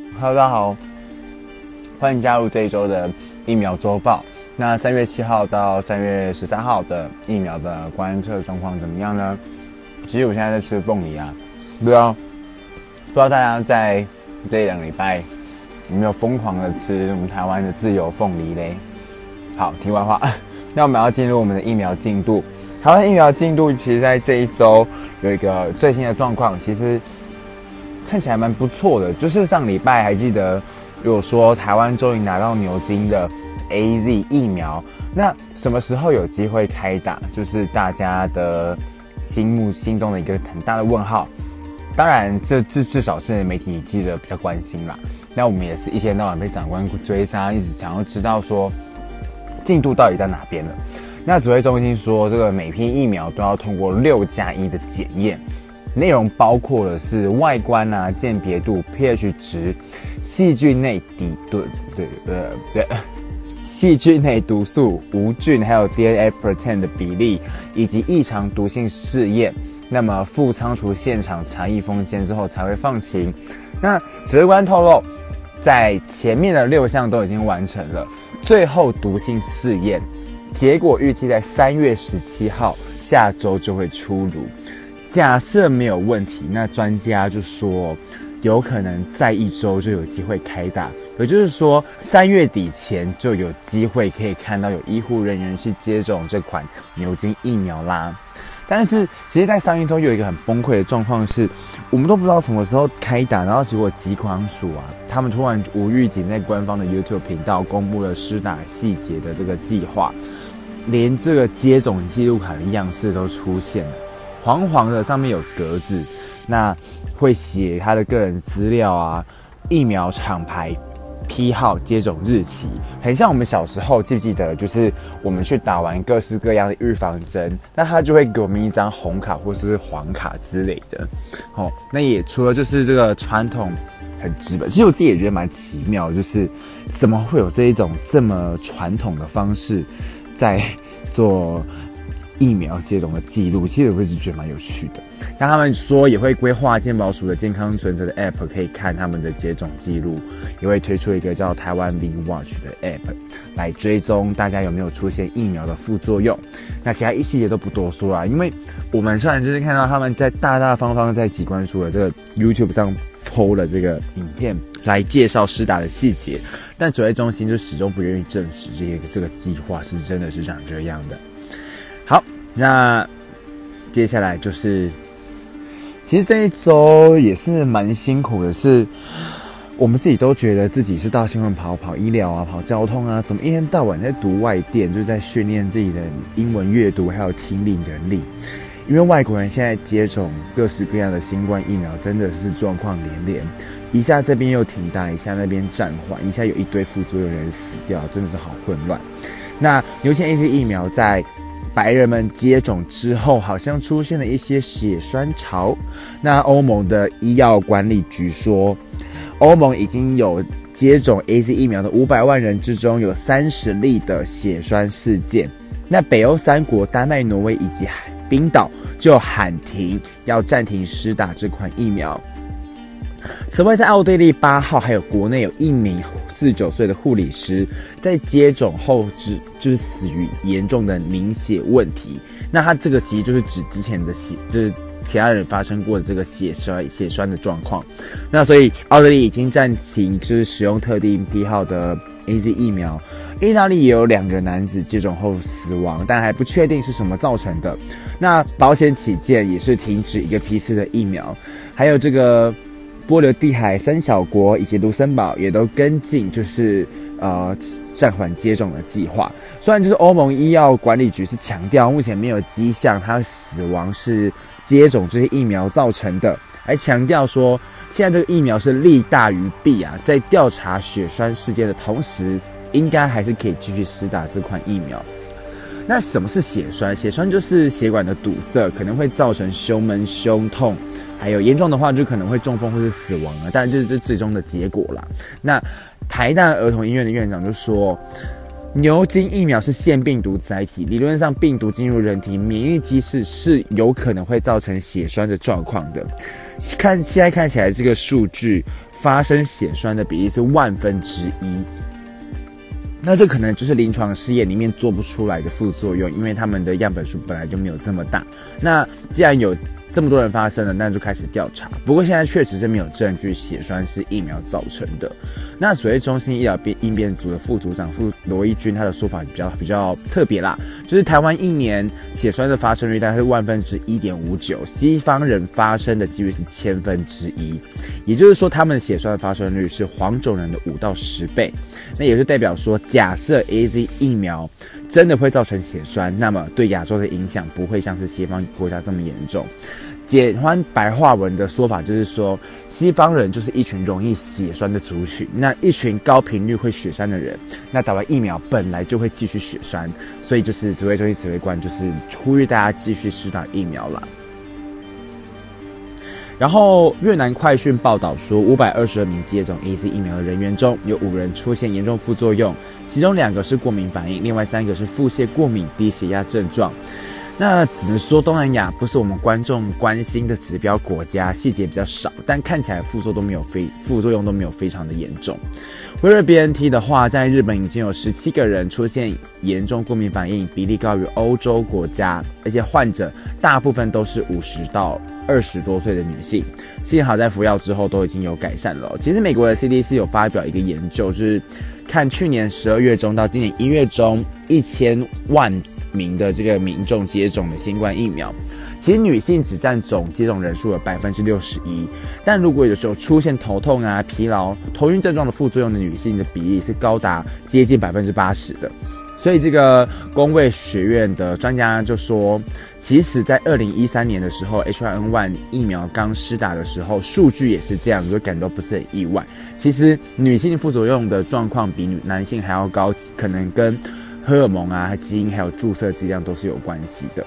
Hello， 大家好，欢迎加入这一周的疫苗周报。那3月7号到3月13号的疫苗的观测状况怎么样呢？其实我现在在吃凤梨啊，不知道大家在这1-2个礼拜有没有疯狂的吃我们台湾的自由凤梨嘞？好，题外话，那我们要进入我们的疫苗进度。台湾疫苗进度其实在这一周有一个最新的状况，其实看起来蛮不错的，就是上礼拜还记得有说台湾终于拿到牛津的 AZ 疫苗，那什么时候有机会开打，就是大家的心中的一个很大的问号。当然这至少是媒体记者比较关心啦，那我们也是一天到晚被长官追杀，一直想要知道说进度到底在哪边了。那指挥中心说，这个每批疫苗都要通过6+1的检验，内容包括的是外观啊、鉴别度、pH 值、细菌内细菌内毒素、无菌还有 DNA protein 的比例，以及异常毒性试验。那么副仓储现场查疫封签之后才会放行。那指挥官透露，在前面的6项都已经完成了，最后毒性试验结果预计在3月17号下周就会出炉。假设没有问题，那专家就说有可能在1周就有机会开打，也就是说3月底前就有机会可以看到有医护人员去接种这款牛津疫苗啦。但是其实在上一周有一个很崩溃的状况是，我们都不知道什么时候开打，然后结果疾管署啊，他们突然无预警在官方的 YouTube 频道公布了施打细节的这个计划，连这个接种记录卡的样式都出现了，黄黄的，上面有格子，那会写他的个人资料啊、疫苗厂牌、批号、接种日期，很像我们小时候记不记得，就是我们去打完各式各样的预防针，那他就会给我们一张红卡或是黄卡之类的。那也除了就是这个传统很直白，其实我自己也觉得蛮奇妙，就是怎么会有这一种这么传统的方式在做疫苗接种的记录，其实我一直觉得蛮有趣的。那他们说也会规划健保署的健康存折的 App 可以看他们的接种记录，也会推出一个叫台湾 V Watch 的 App 来追踪大家有没有出现疫苗的副作用。那其他细节都不多说啦，因为我们虽然就是看到他们在大方在疾管署的这个 YouTube 上 PO 了这个影片来介绍施打的细节，但指挥中心就始终不愿意证实这个计划是真的是长这样的。好，那接下来就是，其实这一周也是蛮辛苦的，是我们自己都觉得自己是到新闻跑医疗啊、跑交通啊，什么一天到晚在读外电，就在训练自己的英文阅读还有听力能力。因为外国人现在接种各式各样的新冠疫苗，真的是状况连连，一下这边又停打，一下那边暂缓，一下有一堆副作用的人死掉，真的是好混乱。那牛津 AZ 疫苗在白人们接种之后，好像出现了一些血栓潮。那欧盟的医药管理局说，欧盟已经有接种 AZ 疫苗的500万人之中，有30例的血栓事件。那北欧3国丹麦、挪威以及冰岛就喊停，要暂停施打这款疫苗。此外，在奥地利8号，还有国内有1名49岁的护理师在接种后就是死于严重的凝血问题。那他这个其实就是指之前的就是其他人发生过的这个血栓的状况。那所以奥地利已经暂停就是使用特定批号的 AZ 疫苗。意大利也有2个男子接种后死亡，但还不确定是什么造成的。那保险起见，也是停止一个批次的疫苗。还有这个波罗的海3小国以及卢森堡也都跟进，就是暂缓接种的计划。虽然就是欧盟医药管理局是强调目前没有迹象他死亡是接种这些疫苗造成的，还强调说现在这个疫苗是利大于弊啊，在调查血栓事件的同时，应该还是可以继续施打这款疫苗。那什么是血栓？血栓就是血管的堵塞，可能会造成胸闷、胸痛，还有严重的话就可能会中风或是死亡了，当然这是最终的结果啦。那台大儿童医院的院长就说，牛津疫苗是腺病毒载体，理论上病毒进入人体，免疫机制是有可能会造成血栓的状况的。现在看起来这个数据发生血栓的比例是1/1000。那这可能就是临床试验里面做不出来的副作用，因为他们的样本数本来就没有这么大。那既然有这么多人发生了，那就开始调查。不过现在确实是没有证据血栓是疫苗造成的。那所谓中心医疗应变组的副组长罗一军，他的说法比较特别啦，就是台湾一年血栓的发生率大概是1/1.59，西方人发生的几率是1/1000，也就是说他们的血栓的发生率是黄种人的5到10倍。那也就代表说，假设 AZ 疫苗真的会造成血栓，那么对亚洲的影响不会像是西方国家这么严重。简单白话文的说法就是说，西方人就是一群容易血栓的族群，那一群高频率会血栓的人，那打完疫苗本来就会继续血栓，所以就是指挥中心指挥官就是呼吁大家继续施打疫苗啦。然后越南快讯报道说，522名接种 AZ 疫苗的人员中，有5人出现严重副作用，其中2个是过敏反应，另外3个是腹泻、过敏、低血压症状。那只能说东南亚不是我们观众关心的指标国家，细节比较少，但看起来副作用都没有非常的严重。辉瑞 BNT 的话，在日本已经有17个人出现严重过敏反应，比例高于欧洲国家，而且患者大部分都是50到20多岁的女性，幸好在服药之后都已经有改善了。其实美国的 CDC 有发表一个研究，就是看去年12月中到今年1月中1000万名的这个民众接种的新冠疫苗，其实女性只占总接种人数的61%，但如果有时候出现头痛啊、疲劳、头晕症状的副作用的女性的比例是高达接近80%的。所以这个公卫学院的专家就说，其实在2013年的时候 H1N1 疫苗刚施打的时候，数据也是这样，就感到不是很意外。其实女性副作用的状况比男性还要高，可能跟荷尔蒙啊、基因还有注射剂量都是有关系的。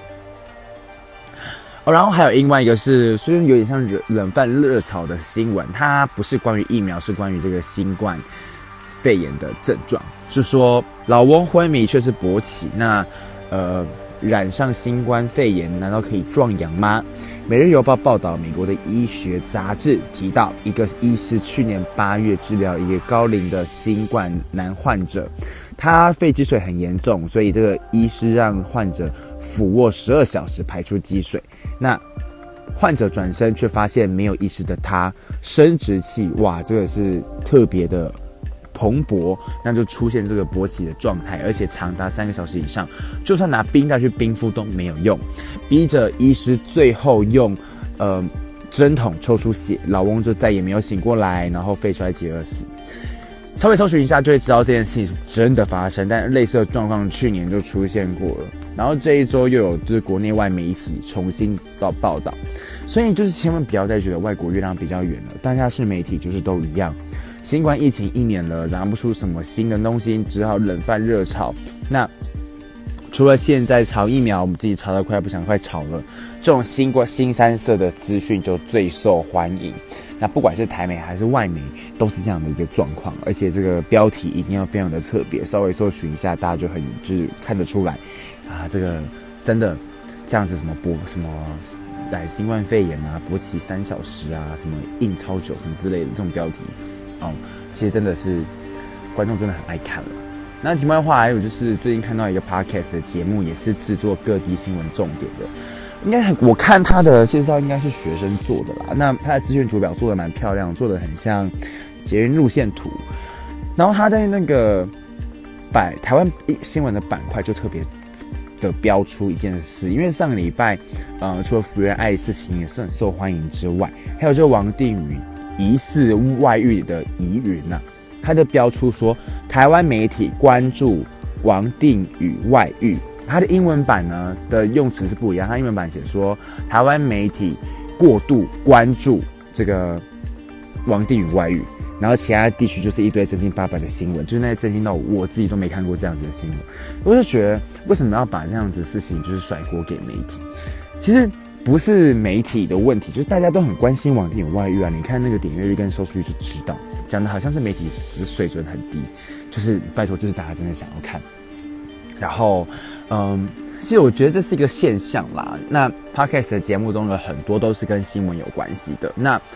然后还有另外一个是，虽然有点像冷饭热炒的新闻，它不是关于疫苗，是关于这个新冠肺炎的症状，是说老翁昏迷却是勃起，那染上新冠肺炎难道可以壮阳吗？每日邮报报道，美国的医学杂志提到，一个医师去年8月治疗一个高龄的新冠男患者，他肺积水很严重，所以这个医师让患者俯卧12小时排出积水。那患者转身却发现没有意识的他生殖器，哇，这个是特别的蓬勃，那就出现这个勃起的状态，而且长达3个小时以上，就算拿冰袋去冰敷都没有用，逼着医师最后用针筒抽出血，老翁就再也没有醒过来，然后肺衰竭而死。稍微搜寻一下就会知道这件事情是真的发生，但类似的状况去年就出现过了。然后这一周又有就是国内外媒体重新到报道，所以就是千万不要再觉得外国月亮比较圆了，大家是媒体就是都一样。新冠疫情1年了，拿不出什么新的东西，只好冷饭热炒。那除了现在炒疫苗，我们自己炒到快不想快炒了，这种新三色的资讯就最受欢迎。那不管是台媒还是外媒，都是这样的一个状况，而且这个标题一定要非常的特别，稍微搜寻一下，大家就是看得出来啊，这个真的这样子什么来新冠肺炎啊，勃起3小时啊，什么硬超久什么之类的这种标题，其实真的是观众真的很爱看了。那题外话还有就是最近看到一个 podcast 的节目，也是制作各地新闻重点的。应该我看他的介绍应该是学生做的啦，那他的资讯图表做的蛮漂亮，做的很像捷运路线图。然后他在那个台湾新闻的板块就特别的标出一件事，因为上个礼拜除了福原爱事情也是很受欢迎之外，还有这王定宇疑似外遇的疑云啊，他就标出说台湾媒体关注王定宇外遇。它的英文版呢的用词是不一样，它英文版写说台湾媒体过度关注这个王定宇外遇，然后其他地区就是一堆真金八百的新闻，就是那些震惊到我自己都没看过这样子的新闻。我就觉得为什么要把这样子的事情就是甩锅给媒体？其实不是媒体的问题，就是大家都很关心王定宇外遇啊，你看那个点阅率跟收视率就知道，讲的好像是媒体水准很低，就是拜托，就是大家真的想要看。然后其实我觉得这是一个现象啦。那 podcast 的节目中有很多都是跟新闻有关系的。那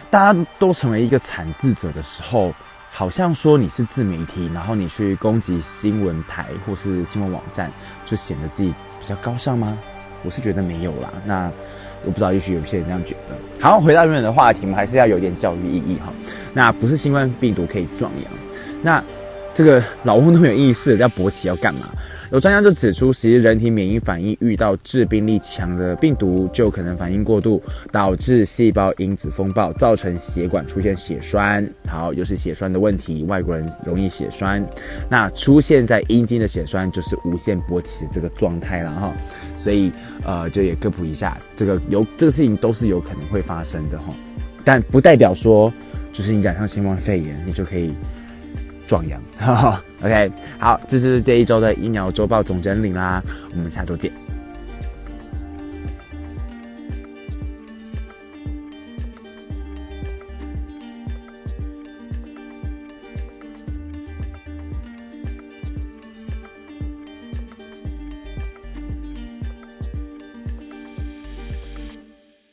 大家都成为一个产制者的时候，好像说你是自媒体，然后你去攻击新闻台或是新闻网站，就显得自己比较高尚吗？我是觉得没有啦。那我不知道，也许有些人这样觉得。好，回到原本的话题，我们还是要有点教育意义哈。那不是新冠病毒可以壮阳，那这个老翁都没有意识要勃起要干嘛？有专家就指出，其实人体免疫反应遇到致病力强的病毒，就可能反应过度，导致细胞因子风暴，造成血管出现血栓。好，又是血栓的问题，外国人容易血栓。那出现在阴茎的血栓，就是无限勃起的这个状态了哈。所以就也科普一下，这个事情都是有可能会发生的哈，但不代表说就是你染上新冠肺炎，你就可以壮阳。OK， 好，这是这一周的医疗周报总整理啦，我们下周见。